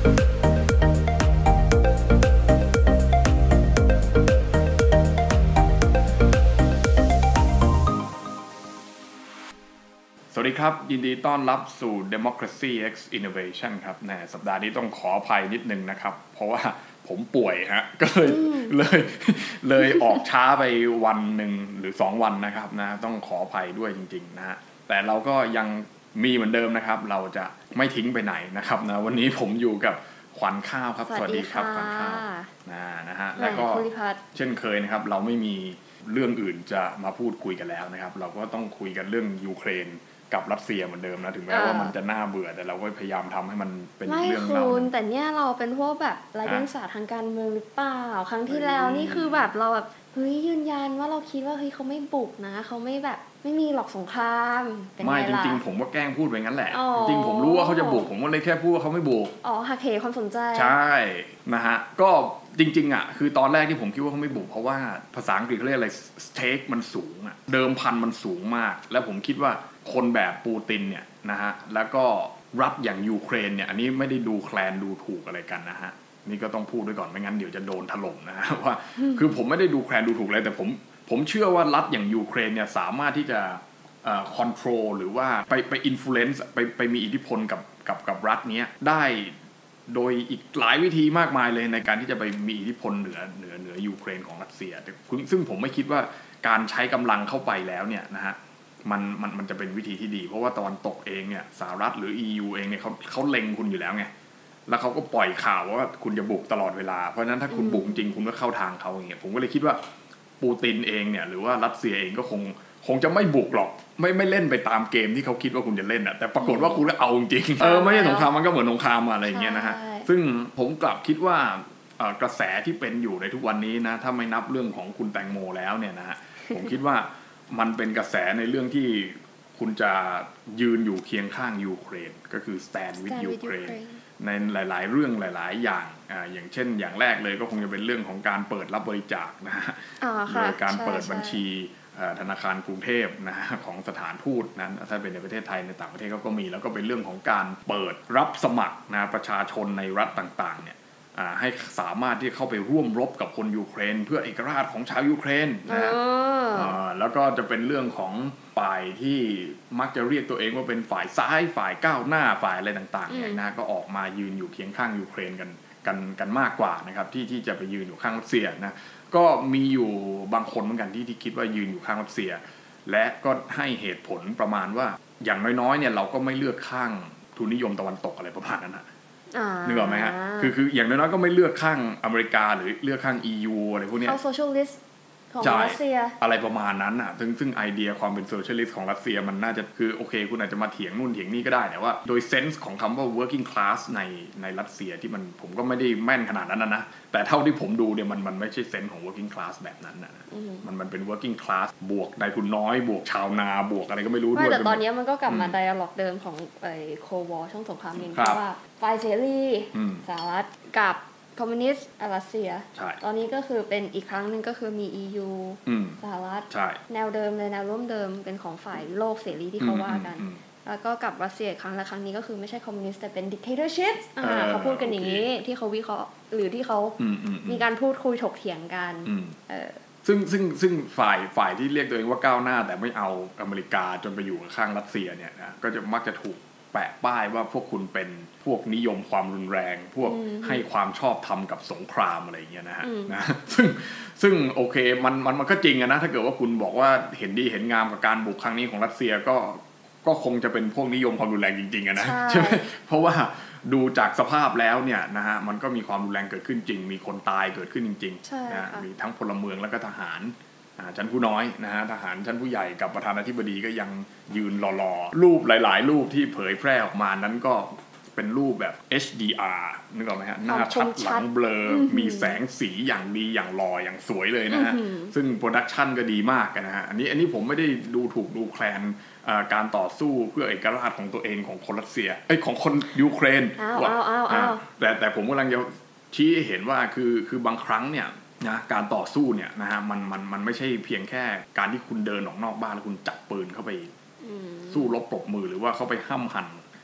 สวัสดีครับยินดีต้อนรับสู่ Democracy X Innovation ครับในสัปดาห์นี้ต้องขออภัยนิดนึงนะครับเพราะว่าผมป่วยฮะก็เลยออกช้าไปวันหนึ่งหรือ2วันนะครับนะต้องขออภัยด้วยจริงๆนะฮะแต่เราก็ยังมีเหมือนเดิมนะครับเราจะไม่ทิ้งไปไหนนะครับนะวันนี้ผมอยู่กับขวัญข้าวครับสวัสดีครับขวัญข้าวนะฮะแล้วก็เช่นเคยนะครับเราไม่มีเรื่องอื่นจะมาพูดคุยกันแล้วนะครับเราก็ต้องคุยกันเรื่องยูเครนกับรัสเซียเหมือนเดิมนะถึงแม้ว่ามันจะน่าเบื่อแต่เราก็พยายามทำให้มันเป็นเรื่องเล่าแต่เนี่ยเราเป็นพวกแบบไร้เดียงสาทางการเมืองหรือเปล่าครั้งที่แล้วนี่คือแบบเราแบบเฮ้ยยืนยันว่าเราคิดว่าเฮ้ยเขาไม่บุกนะเขาไม่แบบไม่มีหรอกสงครามไม่จริงๆผมก็แกล้งพูดไปงั้นแหละจริงๆผมรู้ว่าเขาจะบุกผมก็เลยแค่พูดว่าเขาไม่บุกหักเหความสนใจใช่นะฮะก็จริงๆอ่ะคือตอนแรกที่ผมคิดว่าเขาไม่บุกเพราะว่าภาษาอังกฤษเขาเรียกอะไรสเต็กมันสูงอ่ะเดิมพันมันสูงมากแล้วผมคิดว่าคนแบบปูตินเนี่ยนะฮะแล้วก็รัฐอย่างยูเครนเนี่ยอันนี้ไม่ได้ดูแคลนดูถูกอะไรกันนะฮะนี่ก็ต้องพูดด้วยก่อนไม่งั้นเดี๋ยวจะโดนถล่มนะว่าคือผมไม่ได้ดูแคลนดูถูกอะไรแต่ผมเชื่อว่ารัฐอย่างยูเครนเนี่ยสามารถที่จะคอนโทรลหรือว่าไปอิมโฟเรนซ์ไปมีอิทธิพลกับรัฐนี้ได้โดยอีกหลายวิธีมากมายเลยในการที่จะไปมีอิทธิพลเหนือยูเครนของรัสเซียซึ่งผมไม่คิดว่าการใช้กำลังเข้าไปแล้วเนี่ยนะฮะมันจะเป็นวิธีที่ดีเพราะว่าตะวันตกเองเนี่ยสหรัฐหรือ EU เองเนี่ยเขาเล็งคุณอยู่แล้วไงแล้วเขาก็ปล่อยข่าวว่าคุณจะบุกตลอดเวลาเพราะฉะนั้นถ้าคุณบุกจริงคุณก็เข้าทางเขาอย่างเงี้ยผมก็เลยคิดว่าปูตินเองเนี่ยหรือว่ารัสเซียเองก็คงจะไม่บุกหรอกไม่เล่นไปตามเกมที่เขาคิดว่าคุณจะเล่นอ่ะแต่ปรากฏว่าคุณก็เอาจริงไม่ใช่สงครามมันก็เหมือนสงครามอะไรอย่างเงี้ยนะฮะซึ่งผมกลับคิดว่ากระแสที่เป็นอยู่ในทุกวันนี้นะถ้าไม่นับเรื่องของคุณแตงโมแล้วเนี่ยนะฮะผมคิดว่ามันเป็นกระแสในเรื่องที่คุณจะยืนอยู่เคียงข้างยูเครนก็คือ stand with Ukraine ในหลายๆเรื่องหลายๆอย่างเช่นอย่างแรกเลยก็คงจะเป็นเรื่องของการเปิดรับบริจาคนะฮะโดยการเปิดบัญชีธนาคารกรุงเทพนะของสถานทูตนั้นถ้าเป็นในประเทศไทยในต่างประเทศก็มีแล้วก็เป็นเรื่องของการเปิดรับสมัครนะประชาชนในรัฐต่างๆเนี่ยให้สามารถที่เข้าไปร่วมรบกับคนยูเครนเพื่อเอกราชของชาวยูเครนนะแล้วก็จะเป็นเรื่องของฝ่ายที่มักจะเรียกตัวเองว่าเป็นฝ่ายซ้ายฝ่ายก้าวหน้าฝ่ายอะไรต่างๆเนี่ยนะก็ออกมายืนอยู่เคียงข้างยูเครนกันมากกว่านะครับที่จะไปยืนอยู่ข้างรัสเซียนะก็มีอยู่บางคนเหมือนกันที่คิดว่ายืนอยู่ข้างรัสเซียและก็ให้เหตุผลประมาณว่าอย่างน้อยๆเนี่ยเราก็ไม่เลือกข้างทุนนิยมตะวันตกอะไรประมาณนั้นนะนึกออกไหมฮะคืออย่างน้อยๆก็ไม่เลือกข้างอเมริกาหรือเลือกข้าง EU อะไรพวกนี้เข้าโซเชียลิสต์ของรัสเซียอะไรประมาณนั้นอ่ะซึ่งไอเดียความเป็นโซเชียลิสต์ของรัสเซียมันน่าจะคือโอเคคุณอาจจะมาเถียงนู่นเถียงนี่ก็ได้แต่ว่าโดยเซนส์ของคำว่า working class ในรัสเซียที่มันผมก็ไม่ได้แม่นขนาดนั้นนะแต่เท่าที่ผมดูเนี่ยมันไม่ใช่เซนส์ของ working class แบบนั้นนะมันเป็น working class บวกนายทุนน้อยบวกชาวนาบวกอะไรก็ไม่รู้ด้วยแต่ตอนนี้มันก็กลับมา dialogue เดิมของโควอร์ช่วงสงครามเย็นที่ว่าฝ่ายเสรีสหรัฐกับคอมมิวนิสต์รัสเซียตอนนี้ก็คือเป็นอีกครั้งนึงก็คือมี EU สหรัฐแนวเดิมเลยแนวร่วมเดิมเป็นของฝ่ายโลกเสรีที่เขาว่ากันแล้วก็กับรัสเซียครั้งและครั้งนี้ก็คือไม่ใช่คอมมิวนิสต์แต่เป็น dictatorship เขาพูดกันอย่างนี้ที่เขาวิเคราะห์หรือที่เขามีการพูดคุยถกเถียงกันซึ่งฝ่ายที่เรียกตัวเองว่าก้าวหน้าแต่ไม่เอาอเมริกาจนไปอยู่ข้างรัสเซียเนี่ยนะก็จะมักจะถูกแปะป้ายว่าพวกคุณเป็นพวกนิยมความรุนแรงพวกให้ความชอบธรรมกับสงครามอะไรอย่างเงี้ยนะฮะซึ่งโอเคมันก็จริงนะถ้าเกิดว่าคุณบอกว่าเห็นดีเห็นงามกับการบุกครั้งนี้ของรัสเซียก็คงจะเป็นพวกนิยมความรุนแรงจริงๆนะใช่ไหมเพราะว่าดูจากสภาพแล้วเนี่ยนะฮะมันก็มีความรุนแรงเกิดขึ้นจริงมีคนตายเกิดขึ้นจริงๆนะมีทั้งพลเมืองแล้วก็ทหารชั้นผู้น้อยนะฮะทหารชั้นผู้ใหญ่กับประธานาธิบดีก็ยังยืนรอรูปหลายๆรูปที่เผยแพร่ออกมานั้นก็เป็นรูปแบบ HDR นึกออกไหมฮะหน้าชัดหลังเบลอมีแสงสีอย่างดีอย่างหล่ออย่างสวยเลยนะฮะซึ่งโปรดักชันก็ดีมากนะฮะอันนี้ผมไม่ได้ดูถูกดูแคลนการต่อสู้เพื่อเอกราชของตัวเองของคนรัสเซียของคนยูเครนแต่ผมกำลังจะชี้ให้เห็นว่าคือบางครั้งเนี่ยนะการต่อสู้เนี่ยนะฮะมันไม่ใช่เพียงแค่การที่คุณเดินออกนอกบ้านแล้วคุณจับปืนเข้าไปสู้รบปรบมือหรือว่าเข้าไปห้ำหั่น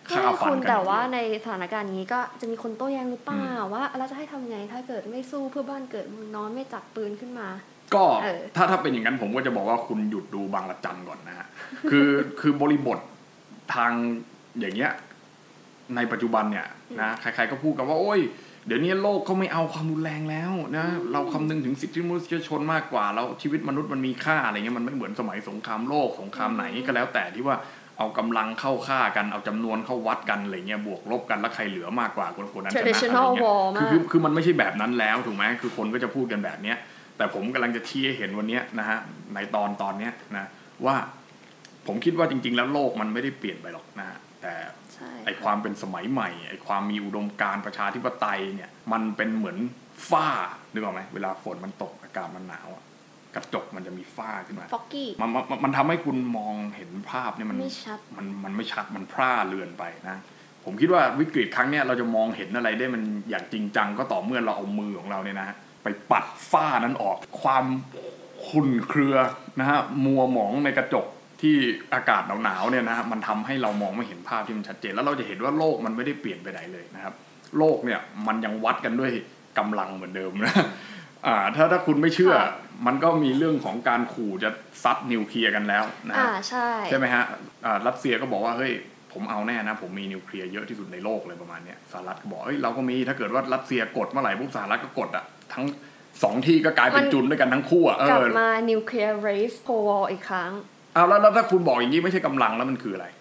ฆ่าฟันกันแต่ว่าในสถานการณ์นี้ก็จะมีคนโต้แย้งหรือเปล่าว่าเราจะให้ทำไงถ้าเกิดไม่สู้เพื่อบ้านเกิดเมืองนอนไม่จับปืนขึ้นมาก็ถ้าเป็นอย่างนั้นผมก็จะบอกว่าคุณหยุดดูบางระจันก่อนนะฮะคือบริบททางอย่างเงี้ยในปัจจุบันเนี่ยนะใครๆก็พูดกันว่าโอ้ยเดี๋ยวนี้โลกเขาไม่เอาความรุนแรงแล้วนะเราคำนึงถึงสิทธิมนุษยชนมากกว่าแล้วชีวิตมนุษย์มันมีค่าอะไรเงี้ยมันไม่เหมือนสมัยสงครามโลกสงครามไหนก็แล้วแต่ที่ว่าเอากำลังเข้าฆ่ากันเอาจำนวนเข้าวัดกันอะไรเงี้ยบวกลบกันแล้วใครเหลือมากกว่าคนนั้นชนะอะไรเงี้ยคือมันไม่ใช่แบบนั้นแล้วถูกไหมคือคนก็จะพูดกันแบบเนี้ยแต่ผมกำลังจะชี้ให้เห็นวันนี้นะฮะในตอนเนี้ยนะว่าผมคิดว่าจริงๆแล้วโลกมันไม่ได้เปลี่ยนไปหรอกนะแต่ไอความเป็นสมัยใหม่ไอความมีอุดมการณ์ประชาธิปไตยเนี่ยมันเป็นเหมือนฝ้านึกออกไหมเวลาฝนมันตกอากาศมันหนาวกระจกมันจะมีฝ้าขึ้นมามันทำให้คุณมองเห็นภาพเนี่ยมันไม่ชัดมันพร่าเลือนไปนะผมคิดว่าวิกฤตครั้งเนี้ยเราจะมองเห็นอะไรได้มันอย่างจริงจังก็ต่อเมื่อเราเอามือของเราเนี่ยนะไปปัดฝ้านั้นออกความขุ่นเครือนะฮะมัวหมองในกระจกที่อากาศหนาวๆเนี่ยนะฮะมันทำให้เรามองไม่เห็นภาพที่มันชัดเจนแล้วเราจะเห็นว่าโลกมันไม่ได้เปลี่ยนไปไหนเลยนะครับโลกเนี่ยมันยังวัดกันด้วยกำลังเหมือนเดิมนะถ้าคุณไม่เชื่อมันก็มีเรื่องของการขู่จะซัดนิวเคลียร์กันแล้วนะใช่ไหมฮะรัสเซียก็บอกว่าเฮ้ยผมเอาแน่นะผมมีนิวเคลียร์เยอะที่สุดในโลกเลยประมาณนี้สหรัฐก็บอกเฮ้ยเราก็มีถ้าเกิดว่ารัสเซียกดเมื่อไหร่ปุ๊บสหรัฐก็กดอ่ะทั้ง2ที่ก็กลายเป็นจุนด้วยกันทั้งคู่อ่ะกลับมานิวเคลียร์เรสโควอลอีกครั้งแล้วถ้าคุณบอกอย่างนี้ไม่ใช่กำลังแล้วมันคืออะไร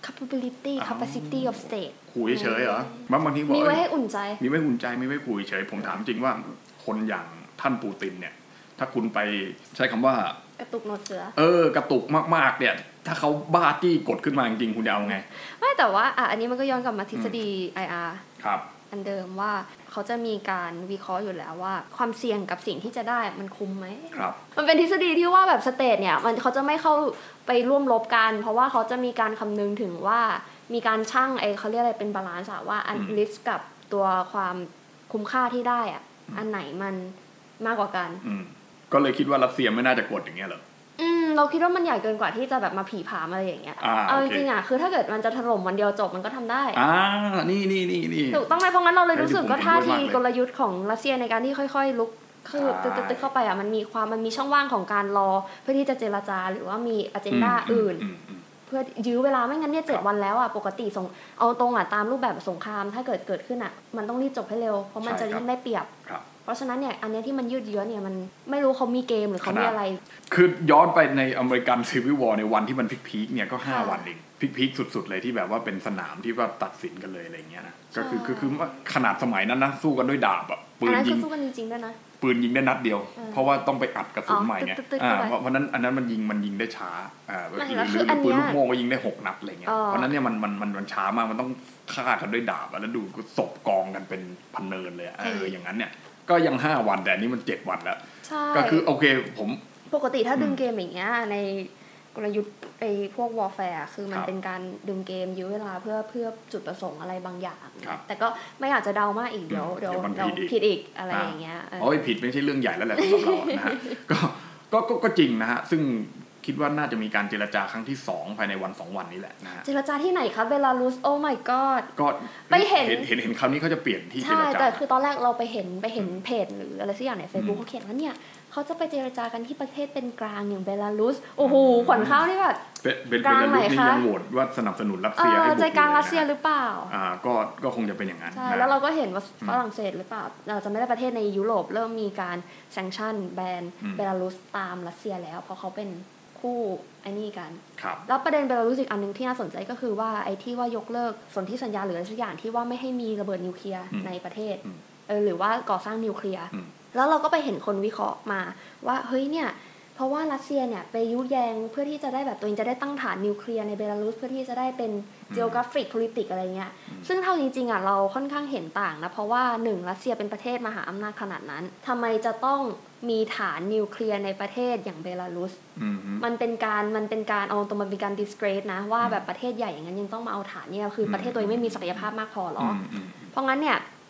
capacity of state ขู่เฉยๆเหรอบางทีบอกมีไว้ให้อุ่นใจมีไว้อุ่นใจไม่ไว้ขู่เฉยผมถามจริงว่าคนอย่างท่านปูตินเนี่ยถ้าคุณไปใช้คำว่ากระตุกหนวดเสือกระตุกมากๆเนี่ยถ้าเขาบ้าจี้กดขึ้นมาจริงๆคุณจะเอาไงไม่แต่ว่าอันนี้มันก็ย้อนกลับมาทฤษฎี IR ครับอันเดิมว่าเขาจะมีการวิเคราะห์อยู่แล้วว่าความเสี่ยงกับสิ่งที่จะได้มันคุ้มไหมครับมันเป็นทฤษฎีที่ว่าแบบสเตทเนี่ยเขาจะไม่เข้าไปร่วมรบกันเพราะว่าเขาจะมีการคำนึงถึงว่ามีการชั่งเขาเรียกอะไรเป็นบาลานซ์ว่าอันริสกับตัวความคุ้มค่าที่ได้อันไหนมันมากกว่ากันก็เลยคิดว่ารัสเซียไม่น่าจะกดอย่างเงี้ยหรอเราคิดว่ามันใหญ่เกินกว่าที่จะแบบมาผีผามอะไรอย่างเงี้ยเอาจริงๆคือถ้าเกิดมันจะถล่มวันเดียวจบมันก็ทำได้นี่ถูกต้องไหมเพราะงั้นเราเลยรู้สึกว่าท่าทีกลยุทธ์ของรัสเซียในการที่ค่อยๆลุกคือตึ๊ดๆเข้าไปมันมีช่องว่างของการรอเพื่อที่จะเจรจาหรือว่ามีอเจนดาอื่นเพื่อยื้อเวลาไม่งั้นเนี่ย7 วันแล้วปกติเอาตรงตามรูปแบบสงครามถ้าเกิดขึ้นมันต้องรีบจบให้เร็วเพราะมันจะยิ่งได้เปรียบเพราะฉะนั้นเนี่ยอันนี้ที่มันยืดเยื้อเนี่ยมันไม่รู้เขามีเกมหรือเขามีอะไรคือย้อนไปในอเมริกันซีวิลวอร์ในวันที่มันพีคๆเนี่ยก็5 วันเองพีคสุดๆเลยที่แบบว่าเป็นสนามที่ว่าตัดสินกันเลยอะไรเงี้ยนะก็คือขนาดสมัยนั้นนะสู้กันด้วยดาบปืนยิงสู้กันจริงๆด้วยนะปืนยิงได้นัดเดียวเพราะว่าต้องไปอัดกระสุนใหม่ไงเพราะนั้นอันนั้นมันยิงได้ช้าหรือปืนลูกโม่ก็ยิงได้6 นัดอะไรเงี้ยเพราะนั้นเนี่ยมันช้ามากมันต้องฆ่ากันด้วยดาบแล้วดูศพกองกันเป็นพันเนินเลยอย่างนั้นเนี่ยก็ยัง5 วันแต่อันนี้มัน7 วันแล้วก็คือโอเคผมปกติถ้าดึงเกมอย่างเงี้ยในกลยุทธ์พวกวอร์แฟร์คือมันเป็นการดึงเกมยื้อเวลาเพื่อจุดประสงค์อะไรบางอย่างแต่ก็ไม่อยากจะเดามากอีกเดี๋ยวผิดอีกอะไรอย่างเงี้ยผิดไม่ใช่เรื่องใหญ่แล้วแหละสำหรับเรานะฮะก็จริงนะฮะซึ่งคิดว่าน่าจะมีการเจรจาครั้งที่2ภายในวัน2 วันนี้แหละนะฮะเจรจาที่ไหนคะเบลารุสโอ้ my god ก็ไปเห็นคราวนี้เขาจะเปลี่ยนที่เจรจาใช่แต่คือตอนแรกเราไปเห็นเพจหรืออะไรสักอย่างใน Facebook เขาเขียนว่าเนี่ยเขาจะไปเจรจากันที่ประเทศเป็นกลางอย่างเบลารุสโอ้โหขวัญข้าวนี่แบบกลางไหนคะยังโหวตว่าสนับสนุนรัสเซียให้บุกใจกลางรัสเซียหรือเปล่าก็คงจะเป็นอย่างนั้นใช่แล้วเราก็เห็นว่าฝรั่งเศสหรือเปล่าเราจะไม่ได้ประเทศในยุโรปเริ่มมีการแซงชั่นแบนเบลารุสตามรัสเซียแล้วเพราะเขาเป็นคู่ไอ้นี่กันแล้วประเด็นเบลารุสอีกอันนึงที่น่าสนใจก็คือว่าไอ้ที่ว่ายกเลิกสนธิสัญญาหรืออะไรสักอย่างที่ว่าไม่ให้มีระเบิดนิวเคลียร์ในประเทศหรือว่าก่อสร้างนิวเคลียร์แล้วเราก็ไปเห็นคนวิเคราะห์มาว่าเฮ้ยเนี่ยเพราะว่ารัสเซียเนี่ยไปยุแยงเพื่อที่จะได้แบบตัวเองจะได้ตั้งฐานนิวเคลียร์ในเบลารุสเพื่อที่จะได้เป็น geographic politics อะไรเงี้ยซึ่งเท่าจริงๆเราค่อนข้างเห็นต่างนะเพราะว่า1รัสเซียเป็นประเทศมหาอำนาจขนาดนั้นทำไมจะต้องมีฐานนิวเคลียร์ในประเทศอย่างเบลารุสมันเป็นการเอาตรงมันเป็นการ disgrace นะว่าแบบประเทศใหญ่อย่างนั้นยังต้องมาเอาฐานเนี่ยคือประเทศตัวเองไม่มีศักยภาพมากพอหรอเพราะงั้นเนี่ย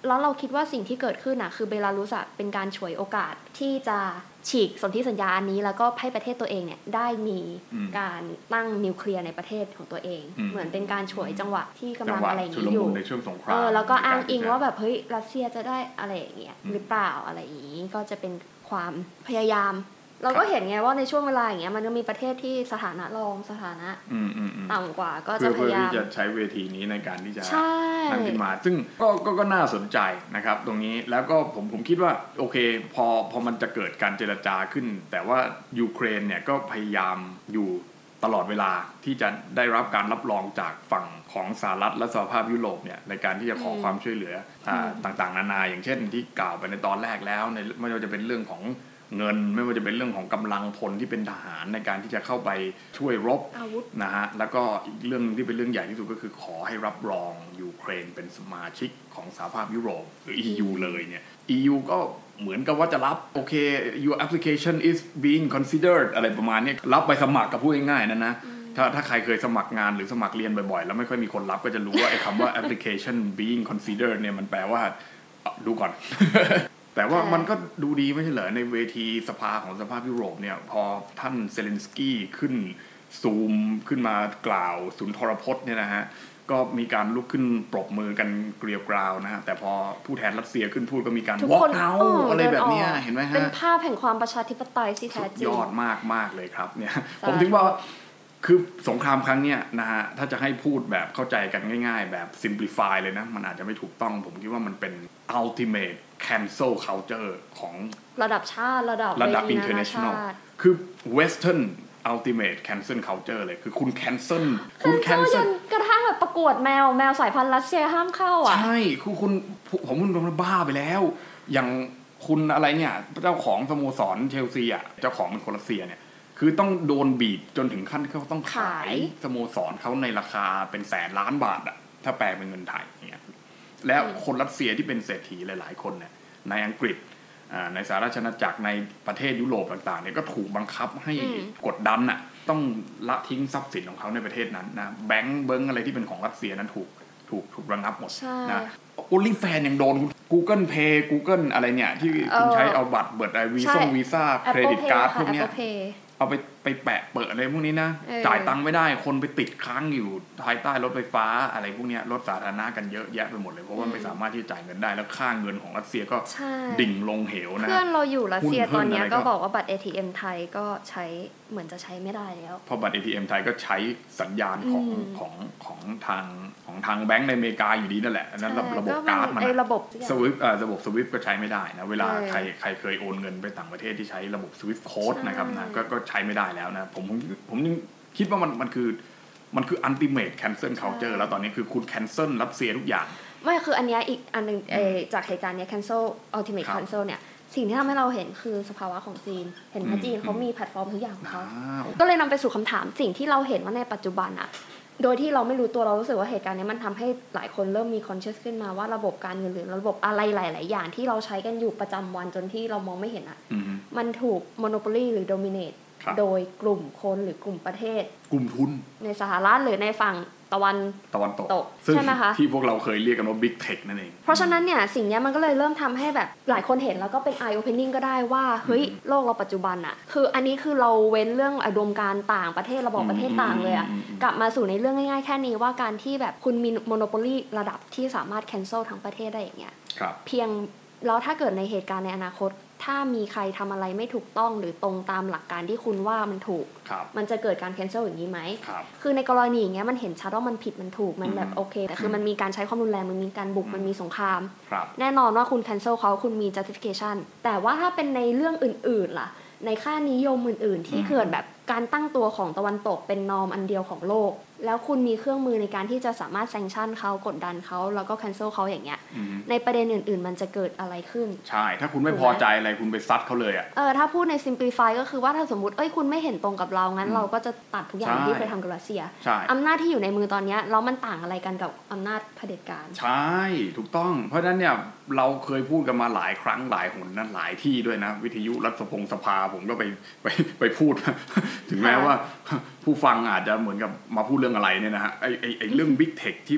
แล้วเราคิดว่าสิ่งที่เกิดขึ้นน่ะคือเบลารุสเป็นการฉวยโอกาสที่จะฉีกสนธิสัญญาอันนี้แล้วก็ให้ประเทศตัวเองเนี่ยได้มีการตั้งนิวเคลียร์ในประเทศของตัวเองเหมือนเป็นการฉวยจังหวะที่กำลังอะไรอย่างนี้อยู่ในช่วงสงครามแล้วก็อ้างอิงว่าแบบเฮ้ยรัสเซียจะได้อะไรอย่างเงี้ยหรือเปล่าอะไรอย่างนี้ก็จะเป็นความพยายามเราก็เห็นไงว่าในช่วงเวลาอย่างเงี้ยมันก็มีประเทศที่สถานะรองสถานะต่ำกว่าก็จะพยายามที่จะใช้เวทีนี้ในการที่จะนั่งขึ้นมาซึ่งก็น่าสนใจนะครับตรงนี้แล้วก็ผมคิดว่าโอเคพอมันจะเกิดการเจรจาขึ้นแต่ว่ายูเครนเนี่ยก็พยายามอยู่ตลอดเวลาที่จะได้รับการรับรองจากฝั่งของสหรัฐและสหภาพยุโรปเนี่ยในการที่จะขอความช่วยเหลือต่างๆนานาอย่างเช่นที่กล่าวไปในตอนแรกแล้วในไม่ว่าจะเป็นเรื่องของเงินไม่ว่าจะเป็นเรื่องของกำลังพลที่เป็นทหารในการที่จะเข้าไปช่วยรบนะฮะแล้วก็อีกเรื่องที่เป็นเรื่องใหญ่ที่สุดก็คือขอให้รับรองยูเครนเป็นสมาชิกของสหภาพยุโรปหรือ EU เลยเนี่ย EU ก็เหมือนกับว่าจะรับโอเค your application is being considered อะไรประมาณนี้รับไปสมัครกับพูดง่ายๆนะถ้าใครเคยสมัครงานหรือสมัครเรียนบ่อยๆแล้วไม่ค่อยมีคนรับก็จะรู้ว่าไอ้คำว่า application being considered เนี่ยมันแปลว่าดูก่อน แต่ว่ามันก็ดูดีไม่ใช่เหรอในเวทีสภาของสภาพยุโรปเนี่ยพอท่านเซเลนสกี้ขึ้นซูมขึ้นมากล่าวสุนทรพจน์เนี่ยนะฮะก็มีการลุกขึ้นปรบมือกันเกลียวกราวนะฮะแต่พอผู้แทนรัสเซียขึ้นพูดก็มีการ walk out อะไรแบบนี้เห็นไหมฮะเป็นภาพแห่งความประชาธิปไตยที่แท้จริงยอดมากๆเลยครับเนี่ยผมถึงว่าคือสงครามครั้งเนี้ยนะฮะถ้าจะให้พูดแบบเข้าใจกันง่ายๆแบบ simplify เลยนะมันอาจจะไม่ถูกต้องผมคิดว่ามันเป็น ultimate cancel culture ของระดับชาติระดับ international คือ western ultimate cancel culture เลยคือคุณ cancel จนกระทั่งแบบประกวดแมวสายพันธุ์รัสเซียห้ามเข้าอ่ะใช่คือคุณผมมันบ้าไปแล้วอย่างคุณอะไรเนี่ยเจ้าของสโมสรเชลซีอ่ะเจ้าของเป็นคนรัสเซียเนี่ยคือต้องโดนบีบจนถึงขั้นเขาต้องขายสโมสรเขาในราคาเป็นแสนล้านบาทอ่ะถ้าแปลเป็นเงินไทยเนี่ยแล้วคนรัสเซียที่เป็นเศรษฐีหลายๆคนเนี่ยในอังกฤษในสหราชอาณาจักรในประเทศยุโรปต่างๆเนี่ยก็ถูกบังคับให้กดดันน่ะต้องละทิ้งทรัพย์สินของเขาในประเทศนั้นนะแบงก์เบิ้งอะไรที่เป็นของรัสเซียนั้นถูกระงับหมดนะโอลิแฟนยังโดน Google Pay Google อะไรเนี่ยที่คุณใช้เอาบัตรเบิดวีซ่าเครดิตการ์ดพวกเนี้ยเอาไปแปะเปิดอะไรพวกนี้นะจ่ายตังค์ไม่ได้คนไปติดค้างอยู่ภายใต้รถไฟฟ้าอะไรพวกนี้รถสาธารณะกันเยอะแยะไปหมดเลยเพราะว่าไม่สามารถที่จะจ่ายเงินได้แล้วค่าเงินของรัสเซียก็ดิ่งลงเหวนะเพื่อนเราอยู่รัสเซียตอนนี้ก็บอกว่าบัตร ATM ไทยก็ใช้เหมือนจะใช้ไม่ได้แล้วพอบัตร ATM ไทยก็ใช้สัญญาณของทางแบงก์ในอเมริกาอยู่ดีนั่นแหละนั้นระบบการ์ดมันระบบสวิฟก็ใช้ไม่ได้นะเวลาใครเคยโอนเงินไปต่างประเทศที่ใช้ระบบ Swift Code นะครับนะก็ใช้ไม่ได้แล้วนะผมยังคิดว่ามันคือultimate cancel culture แล้วตอนนี้คือคุณ cancel รัสเซียทุกอย่างไม่คืออันนี้อีกอันนึงจากเหตุการณ์นี้ cancel ultimate cancel เนี่ยสิ่งที่ทำให้เราเห็นคือสภาวะของจีนเห็นว่าจีนเขามีแพลตฟอร์มทุกอย่างของเขาก็เลยนำไปสู่คำถามสิ่งที่เราเห็นว่าในปัจจุบันอะโดยที่เราไม่รู้ตัวเรารู้สึกว่าเหตุการณ์นี้มันทำให้หลายคนเริ่มมี conscious ขึ้นมาว่าระบบการเงินหรือระบบอะไรหลายๆอย่างที่เราใช้กันอยู่ประจำวันจนที่เรามองไม่เห็นอะมันถูก monopoly หรือ dominate โดยกลุ่มคนหรือกลุ่มประเทศกลุ่มทุนในสหรัฐหรือในฝั่งตะวันตกใช่ไหมคะที่พวกเราเคยเรียกกันว่า Big Tech นั่นเองเพราะฉะนั้นเนี่ยสิ่งนี้มันก็เลยเริ่มทำให้แบบหลายคนเห็นแล้วก็เป็น eye opening ก็ได้ว่าเฮ้ยโลกเราปัจจุบันอะคืออันนี้คือเราเว้นเรื่องอุดมการณ์ต่างประเทศระบบประเทศต่างเลยอะกลับมาสู่ในเรื่องง่ายๆแค่นี้ว่าการที่แบบคุณมี monopoly ระดับที่สามารถ cancel ทั้งประเทศได้อย่างเงี้ยเพียงแล้วถ้าเกิดในเหตุการณ์ในอนาคตถ้ามีใครทำอะไรไม่ถูกต้องหรือตรงตามหลักการที่คุณว่ามันถูกมันจะเกิดการ cancel อย่างนี้ไหมคือในกรณีอย่างเงี้ยมันเห็นชัดว่ามันผิดมันถูกมันแบบโอเคแต่คือมันมีการใช้ความรุนแรงมันมีการบุกมันมีสงครามแน่นอนว่าคุณ cancel เขาคุณมี justification แต่ว่าถ้าเป็นในเรื่องอื่นๆล่ะในค่านิยมอื่นๆที่เกิดแบบการตั้งตัวของตะวันตกเป็นนอร์มอันเดียวของโลกแล้วคุณมีเครื่องมือในการที่จะสามารถแซงชั่นเขากดดันเขาแล้วก็ cancel เขาอย่างเงี้ยในประเด็นอื่นๆมันจะเกิดอะไรขึ้นใช่ถ้าคุณไม่พอใจอะไรคุณไปซัดเขาเลยอ่ะถ้าพูดใน simplify ก็คือว่าถ้าสมมติคุณไม่เห็นตรงกับเรางั้นเราก็จะตัดทุกอย่างที่เคยทำกับรัสเซียอำนาจที่อยู่ในมือตอนนี้แล้วมันต่างอะไรกันกับอำนาจเผด็จการใช่ถูกต้องเพราะฉะนั้นเนี่ยเราเคยพูดกันมาหลายครั้งหลายหนนั้นหลายที่ด้วยนะวิทยุรัฐสภาผมก็ไปพูด ถึงแม้ว่าผู้ฟังอาจจะเหมือนกับมาพูดเรื่องอะไรเนี่ยนะฮะไอเรื่อง Big Tech ที่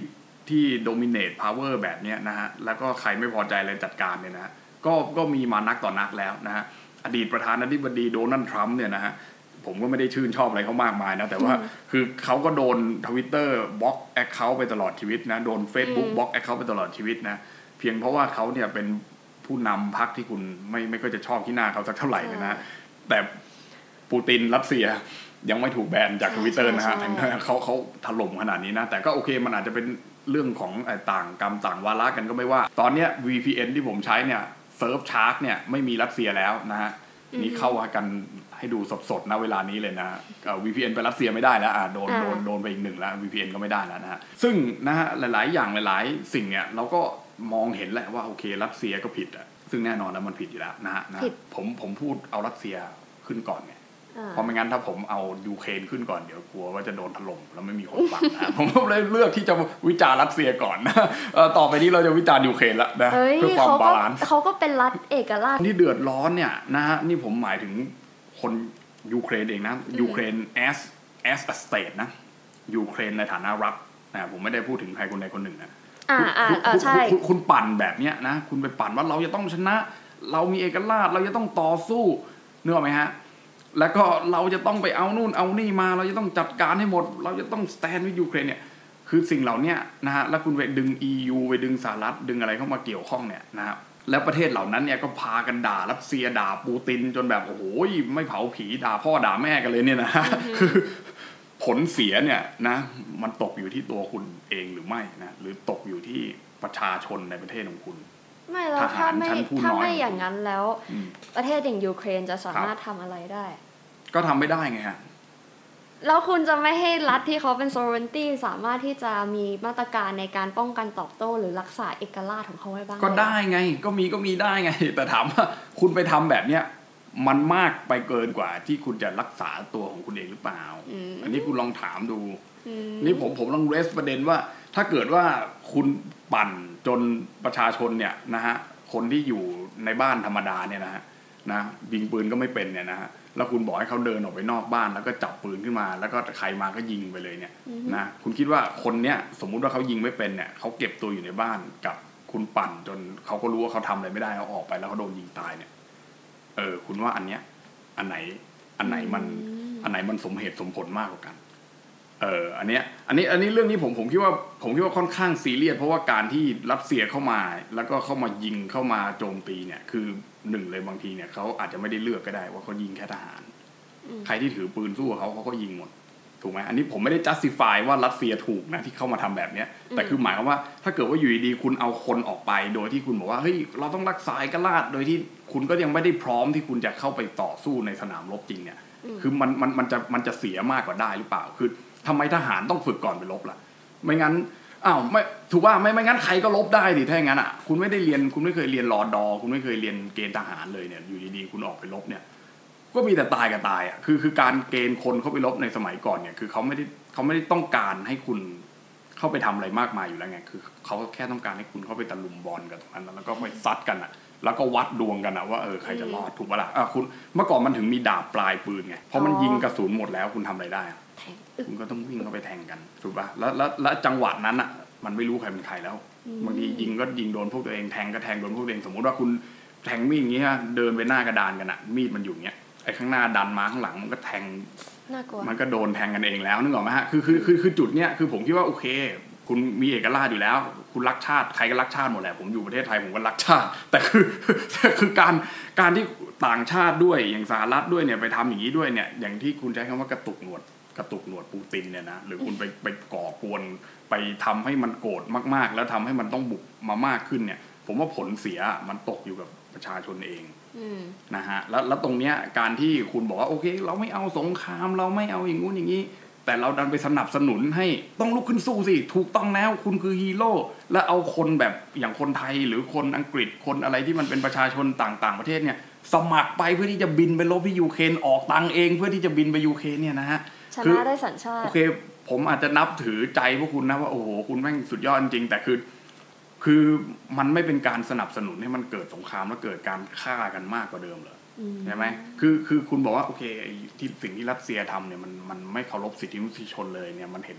ที่โดมิเนตพาวเวอร์แบบนี้นะฮะแล้วก็ใครไม่พอใจอะไรจัดการเนี่ยนะก็มีมานักต่อนักแล้วนะฮะอดีตประธานาธิบดีโดนัลด์ทรัมป์เนี่ยนะฮะผมก็ไม่ได้ชื่นชอบอะไรเขามากมายนะแต่ว่าคือเขาก็โดน Twitter บล็อกแอคเคาท์ไปตลอดชีวิตนะโดน Facebook บล็อกแอคเคาท์ไปตลอดชีวิตนะเพียงเพราะว่าเขาเนี่ยเป็นผู้นำพรรคที่คุณไม่ค่อยจะชอบที่หน้าเขาสักเท่าไหร่เลยนะแต่ปูตินรัสเซียยังไม่ถูกแบนจาก Twitter นะฮะเขาถล่มขนาดนี้นะแต่ก็โอเคมันอาจจะเป็นเรื่องของต่างกรรมต่างวาระกันก็ไม่ว่าตอนเนี้ย VPN ที่ผมใช้เนี่ยเซิร์ฟชาร์กเนี่ยไม่มีรัสเซียแล้วนะฮะนี่เข้ากันให้ดูสดๆนะเวลานี้เลยนะVPN ไปรัสเซียไม่ได้แล้วโดนไปอีกหนึ่งแล้ว VPN ก็ไม่ได้แล้วนะฮะซึ่งนะฮะหลายๆอย่างหลายๆสิ่งเนี่ยเราก็มองเห็นแหละว่าโอเครัสเซียก็ผิดอ่ะซึ่งแน่นอนแล้วมันผิดอยู่แล้วนะฮะผมพูดเอารัสเซียขึ้นก่อนไงเพราะไม่งั้นถ้าผมเอายูเครนขึ้นก่อนเดี๋ยวกลัวว่าจะโดนถล่มแล้วไม่มีคนฟังนะผมเลยเลือกที่จะวิจารณ์รัสเซียก่อนนะต่อไปนี้เราจะวิจารณ์ยูเครนละนะเพื่อความบาลานซ์เขาก็เป็นรัฐเอกราชที่เดือดร้อนเนี่ยนะฮะนี่ผมหมายถึงคนยูเครนเองนะยูเครน as a state นะยูเครนในฐานะรัฐนะผมไม่ได้พูดถึงใครคนใดคนหนึ่งนะใช่คุณปั่นแบบเนี้ยนะคุณไปปั่นว่าเราจะต้องชนะเรามีเอกราชเราจะต้องต่อสู้นึกออกไหมฮะแล้วก็เราจะต้องไปเอานู่นเอานี่มาเราจะต้องจัดการให้หมดเราจะต้องสแตนด์วิดยูเครนเนี่ยคือสิ่งเหล่านี้นะฮะแล้วคุณไปดึง EU ไปดึงสหรัฐดึงอะไรเข้ามาเกี่ยวข้องเนี่ยนะฮะแล้วประเทศเหล่านั้นเนี่ยก็พากันด่ารัสเซียด่าปูตินจนแบบโอ้โหไม่เผาผีด่าพ่อด่าแม่กันเลยเนี่ยนะคือผลเสียเนี่ยนะมันตกอยู่ที่ตัวคุณเองหรือไม่นะหรือตกอยู่ที่ประชาชนในประเทศของคุณไม่แล้วถ้าไม่อย่างนั้นแล้วประเทศอย่างยูเครนจะสามารถทำอะไรได้ก็ทำไม่ได้ไงฮะแล้วคุณจะไม่ให้รัฐที่เขาเป็น sovereignty สามารถที่จะมีมาตรการในการป้องกันตอบโต้หรือรักษาเอกราชของเขาไว้บ้างก็ได้ไงก็มีได้ไงแต่ถามว่าคุณไปทำแบบเนี้ยมันมากไปเกินกว่าที่คุณจะรักษาตัวของคุณเองหรือเปล่าอันนี้คุณลองถามดูนี่ผมลองเรสประเด็นว่าถ้าเกิดว่าคุณปั่นจนประชาชนเนี่ยนะฮะคนที่อยู่ในบ้านธรรมดาเนี่ยนะฮะนะยิงปืนก็ไม่เป็นเนี่ยนะฮะแล้วคุณบอกให้เขาเดินออกไปนอกบ้านแล้วก็จับปืนขึ้นมาแล้วก็ใครมาก็ยิงไปเลยเนี่ยนะคุณคิดว่าคนเนี้ยสมมุติว่าเขายิงไม่เป็นเนี่ยเขาเก็บตัวอยู่ในบ้านกับคุณปั่นจนเขาก็รู้ว่าเขาทำอะไรไม่ได้เขาออกไปแล้วเขาโดนยิงตายเนี่ยคุณว่าอันเนี้ยอันไหนมันสมเหตุสมผลมากกว่ากันอันนี้เรื่องนี้ผมคิดว่าค่อนข้างซีเรียสเพราะว่าการที่รัสเซียเข้ามาแล้วก็เข้ามายิงเข้ามาโจมตีเนี่ยคือหนึ่งเลยบางทีเนี่ยเขาอาจจะไม่ได้เลือกก็ได้ว่าเขายิงแค่ทหารใครที่ถือปืนสู้เขาก็ยิงหมดถูกไหมอันนี้ผมไม่ได้ justify ว่ารัสเซียถูกนะที่เข้ามาทำแบบนี้แต่คือหมายความว่าถ้าเกิดว่าอยู่ดีๆคุณเอาคนออกไปโดยที่คุณบอกว่าเฮ้ยเราต้องรักษาเอกราชโดยที่คุณก็ยังไม่ได้พร้อมที่คุณจะเข้าไปต่อสู้ในสนามรบจริงเนี่ยคือมันจะเสียมากกว่าได้หรือเปล่าคือทำไมทหารต้องฝึกก่อนไปรบล่ะไม่งั้นไม่ถูกว่าไม่งั้นใครก็รบได้ดิถ้าอย่างนั้นคุณไม่ได้เรียนคุณไม่เคยเรียนรอดอคุณไม่เคยเรียนเกณฑ์ทหารเลยเนี่ยอยู่ดีๆคุณออกไปรบเนี่ยก็มีแต่ตายกับตายคือการเกณฑ์คนเข้าไปรบในสมัยก่อนเนี่ยคือเขาไม่ได้ต้องการให้คุณเข้าไปทำอะไรมากมายอยู่แล้วไงคือเขาแค่ต้องการให้คุณเข้าไปตะลุมบอลกันตรงนั้นแล้วก็ไปซัดกันแล้วก็วัดดวงกันว่าใครจะรอดถูกป่ะล่ะคุณเมื่อก่อนมันถึงมีดาบปลายปืนไงเพราะมันยิงกระสุนหมดแล้วคุณทำอะไรได้คุณก็ต้องวิ่งเข้าไปแทงกันถูกป่ะแล้วจังหวะนั้นมันไม่รู้ใครเป็นใครแล้วบางทียิงก็ยิงโดนพวกตัวเองแทงก็แทงโดนพวกตัวเองสมมติว่าคุณแทงมีดอย่างงี้ฮะเดินไปหน้ากระดานกันมีดมันอยู่เงี้ยไอ้ข้างหน้าดันมาข้างหลังมันก็แทงมันก็โดนแทงกันเองแล้วนึกออกไหมฮะคือจุดเนี้ยคือผมคิดว่าโอเคคุณมีเอกราชอยู่แล้วคุณรักชาติใครก็รักชาติหมดแหละผมอยู่ประเทศไทยผมก็รักชาติแต่คือการที่ต่างชาติด้วยอย่างสหรัฐด้วยเนี่ยไปทำอย่างนี้ด้วยเนี่ยอย่างที่คุณใช้คำว่ากระตุกหนวดปูตินเนี่ยนะหรือคุณไปก่อกวนไปทำให้มันโกรธมากๆแล้วทำให้มันต้องบุกมามากขึ้นเนี่ยผมว่าผลเสียมันตกอยู่กับประชาชนเองนะฮะแล้วตรงเนี้ยการที่คุณบอกว่าโอเคเราไม่เอาสงครามเราไม่เอาอย่างงู้นอย่างนี้แต่เราดันไปสนับสนุนให้ต้องลุกขึ้นสู้สิถูกต้องแล้วคุณคือฮีโร่และเอาคนแบบอย่างคนไทยหรือคนอังกฤษคนอะไรที่มันเป็นประชาชนต่างประเทศเนี่ยสมัครไปเพื่อที่จะบินไปรบที่ยูเครนออกตังเองเพื่อที่จะบินไปยูเครนเนี่ยนะฮะชนะได้สัญชาติโอเคผมอาจจะนับถือใจพวกคุณนะว่าโอ้โหคุณแม่งสุดยอดจริงแต่คือมันไม่เป็นการสนับสนุนให้มันเกิดสงครามและเกิดการฆ่ากันมากกว่าเดิมเลยใช่ไหมคือคุณบอกว่าโอเคที่สิ่งที่รัสเซียทำเนี่ยมันไม่เคารพสิทธิมนุษยชนเลยเนี่ยมันเห็น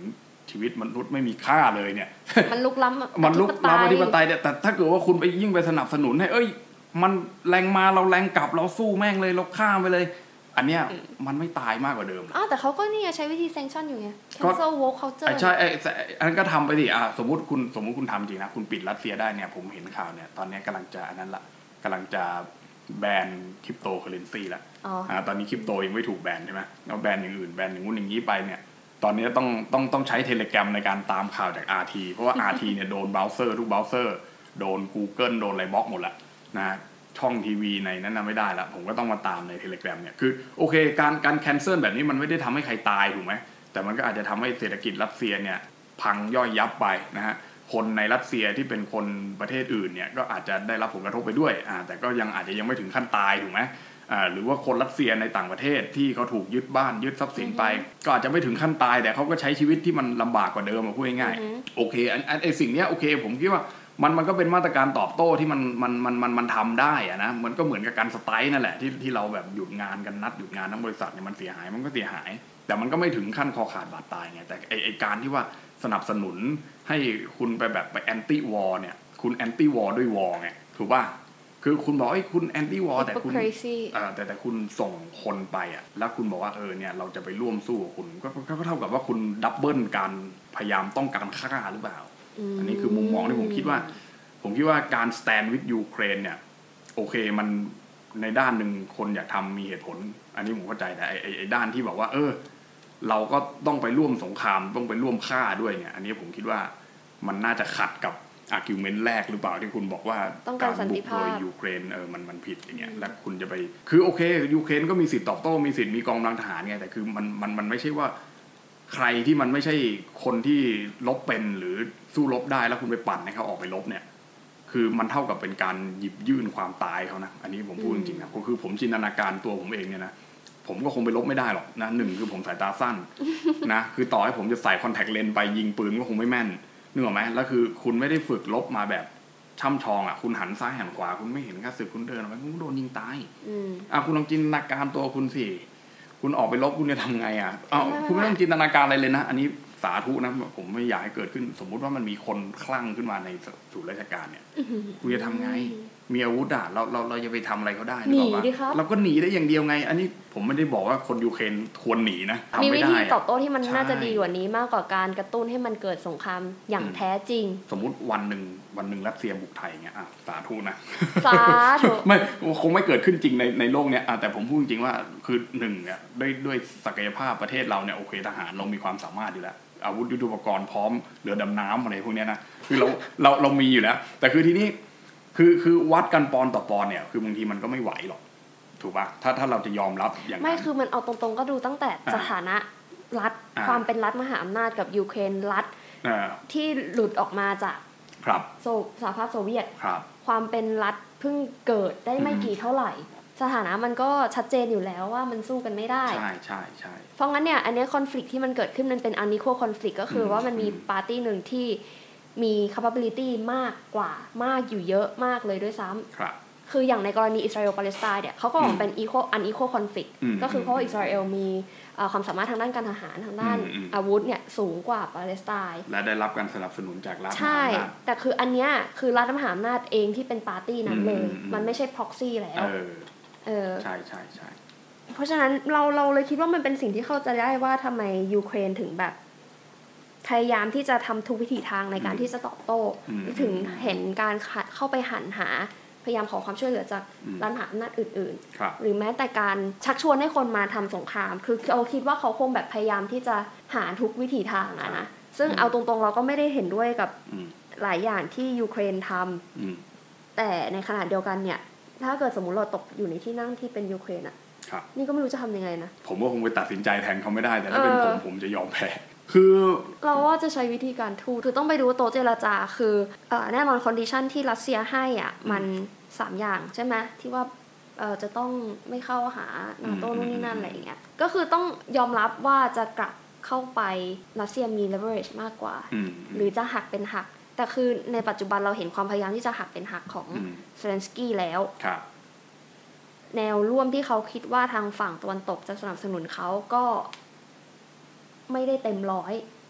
ชีวิตมนุษย์ไม่มีค่าเลยเนี่ยมันลุกล้ำมันลุกล้ำอธิปไตยเนี่ยแต่ถ้าเกิดว่าคุณไปยิ่งไปสนับสนุนให้มันแรงมาเราแรงกลับเราสู้แม่งเลยเราฆ่าไปเลยอันเนี้ยมันไม่ตายมากกว่าเดิมแต่เขาก็นี่ใช้วิธี sanction อยู่ไง cancel woke culture ใช่อันนั้นก็ทำไปดิสมมุติคุณทำจริงนะคุณปิดรัสเซียได้เนี่ยผมเห็นข่าวเนี่ยตอนนี้กำลังจะอันนั้นละกำลังจะแบนคริปโตเคอเรนซีละตอนนี้คริปโตยังไม่ถูกแบนใช่ไหมเราแบนอย่างอื่นแบนอย่างนู้นอย่างนี้ไปเนี่ยตอนนี้ต้องใช้ Telegram ในการตามข่าวจาก RT เพราะว่า RT เนี่ยโดนเบราว์เซอร์ทุกเบราว์เซอร์โดน Google โดนอะไรบล็อกหมดละนะช่องทีวีในนั้นไม่ได้ละผมก็ต้องมาตามใน Telegram เนี่ยคือโอเคการแคนเซิลแบบนี้มันไม่ได้ทำให้ใครตายถูกไหมแต่มันก็อาจจะทำให้เศรษฐกิจรัสเซียเนี่ยพังย่อยยับไปนะฮะคนในรัสเซียที่เป็นคนประเทศอื่นเนี่ยก็อาจจะได้รับผลกระทบไปด้วยแต่ก็อาจจะยังไม่ถึงขั้นตายถูกไหมหรือว่าคนรัสเซียในต่างประเทศที่เขาถูกยึดบ้านยึดทรัพย์สินไปก็อาจจะไม่ถึงขั้นตายแต่เขาก็ใช้ชีวิตที่มันลำบากกว่าเดิมพูดง่ายๆโอเคไอสิ่งนี้โอเคผมคิดว่ามันก็เป็นมาตรการตอบโต้ที่มันทำได้นะมันก็เหมือนกับการสไตร์นั่นแหละที่เราแบบหยุดงานกันนัดหยุดงานทั้งบริษัทเนี่ยมันเสียหายมันก็เสียหายแต่มันก็ไม่ถึงขั้นคอขาดบาดตายไงแต่ไอการที่ว่าสนับสนุนให้คุณไปแบบไปแอนตี้วอร์เนี่ยคุณแอนตี้วอร์ด้วยวอร์ไงถูกป่ะคือคุณบอกคุณแอนตี้วอร์แต่คุณแต่คุณส่งคนไปแล้วคุณบอกว่าเนี่ยเราจะไปร่วมสู้กับคุณก็เท่ากับว่าคุณดับเบิลการพยายามต้องการฆ่าหรือเปล่าอันนี้คือมุมมองที่ผมคิดว่าการ stand with Ukraine เนี่ยโอเคมันในด้านหนึ่งคนอยากทำมีเหตุผลอันนี้ผมเข้าใจแต่ไอ้ด้านที่บอกว่าเราก็ต้องไปร่วมสงครามต้องไปร่วมฆ่าด้วยเนี่ยอันนี้ผมคิดว่ามันน่าจะขัดกับargument แรกหรือเปล่าที่คุณบอกว่าการบุกโดยยูเครนมันผิดอย่างเงี้ยแล้วคุณจะไปคือโอเคยูเครนก็มีสิทธิ์ตอบโต้มีสิทธิ์มีกองกำลังทหารไงแต่คือมันไม่ใช่ว่าใครที่มันไม่ใช่คนที่รบเป็นหรือสู้รบได้แล้วคุณไปปั่นให้เขาออกไปรบเนี่ยคือมันเท่ากับเป็นการหยิบยื่นความตายเขานะอันนี้ผมพูดจริงๆนะคือผมจินตนาการตัวผมเองเนี่ยนะผมก็คงไปรบไม่ได้หรอกนะหนึ่งคือผมสายตาสั้นนะคือต่อให้ผมจะใส่คอนแทคเลนส์ไปยิงปืนก็คงไม่แม่นนึกออกไหมแล้วคือคุณไม่ได้ฝึกรบมาแบบช่ำชองคุณหันซ้ายหันขวาคุณไม่เห็นข้าศึกคุณเดินออกไปคุณโดนยิงตายคุณลองจินตนาการตัวคุณสิคุณออกไปรบคุณจะทำไงคุณไม่ต้องจินตนาการอะไรเลยนะอันนี้สาธุนะผมไม่อยากให้เกิดขึ้นสมมุติว่ามันมีคนคลั่งขึ้นมาในศูนย์ราชการเนี่ยคุณจะทำไงมีอาวุธเราจะไปทำอะไรเขาได้หรือเปล่าเราก็หนีได้อย่างเดียวไงอันนี้ผมไม่ได้บอกว่าคนยูเครนควรหนีนะมีวิธีตอบโต้ที่มันน่าจะดีกว่านี้มากกว่าการกระตุ้นให้มันเกิดสงครามอย่างแท้จริงสมมุติวันหนึ่งรัสเซียบุกไทยเงี้ยสาธุนะสาธุไม่คงไม่เกิดขึ้นจริงในโลกเนี้ยแต่ผมพูดจริงว่าคือหนึ่งเนี่ยด้วยศักยภาพประเทศเราเนี่ยโอเคทหารเรามีความสามารถอยู่แล้วอาวุธยุทโธปกรณ์พร้อมเรือดำน้ำอะไรพวกนี้นะคือเรามีอยู่แล้วแต่คือทีนี้คือวัดกันปอนต่อปอนเนี่ยคือบางทีมันก็ไม่ไหวหรอกถูกป่ะถ้าเราจะยอมรับอย่างไม่คือมันเอาตรงๆก็ดูตั้งแต่สถานะรัฐความเป็นรัฐมหาอำนาจกับยูเครนรัฐที่หลุดออกมาจากสหภาพโซเวียตความเป็นรัฐเพิ่งเกิดได้ไม่กี่เท่าไหร่สถานะมันก็ชัดเจนอยู่แล้วว่ามันสู้กันไม่ได้ใช่เพราะงั้นเนี่ยอันนี้คอนฟลิกต์ที่มันเกิดขึ้นมันเป็น unequal conflict ก็คือว่ามันมีปาร์ตี้หนึ่งที่มี capability มากอยู่เยอะมากเลยด้วยซ้ำคืออย่างในกรณีอิสราเอลปาเลสไตน์เนี่ยเขาก็บอกเป็น unequal conflict ก็คือเพราะอิสราเอลมีความสามารถทางด้านการทหารทางด้านอาวุธเนี่ยสูงกว่าปาเลสไตน์และได้รับการสนับสนุนจากรัฐมหาอำนาจใช่แต่คืออันเนี้ยคือรัฐมหาอำนาจเองที่เป็นปาร์ตี้นั้นเลยมันไม่ใช่ proxy แล้วใช่เพราะฉะนั้นเราเลยคิดว่ามันเป็นสิ่งที่เข้าใจได้ว่าทำไมยูเครนถึงแบบพยายามที่จะทำทุกวิถีทางในการที่จะตอบโต้ถึงเห็นการเข้าไปหาพยายามขอความช่วยเหลือจากรัฐมหาอำนาจอื่นๆหรือแม้แต่การชักชวนให้คนมาทำสงครามคือเราคิดว่าเขาคงแบบพยายามที่จะหาทุกวิถีทางนะซึ่งเอาตรงๆเราก็ไม่ได้เห็นด้วยกับหลายอย่างที่ยูเครนทำแต่ในขณะเดียวกันเนี่ยถ้าเกิดสมมุติเราตกอยู่ในที่นั่งที่เป็นยูเครนนี่ก็ไม่รู้จะทำยังไงนะผมว่าคงไปตัดสินใจแทนเขาไม่ได้แต่ถ้าเป็นผมจะยอมแพ้คือเราว่าจะใช้วิธีการทูตคือต้องไปดูโต๊ะเจรจาคือแน่นอนคอนดิชันที่รัสเซียให้มัน3อย่างใช่ไหมที่ว่าจะต้องไม่เข้าหานาโต้นู่นนี่นั่นอะไรอย่างเงี้ยก็คือต้องยอมรับว่าจะกลับเข้าไปรัสเซียมี leverage มากกว่าหรือจะหักเป็นหักแต่คือในปัจจุบันเราเห็นความพยายามที่จะหักเป็นหักของเซเลนสกี้แล้วแนวร่วมที่เขาคิดว่าทางฝั่งตะวันตกจะสนับสนุนเขาก็ไม่ได้เต็มร้อย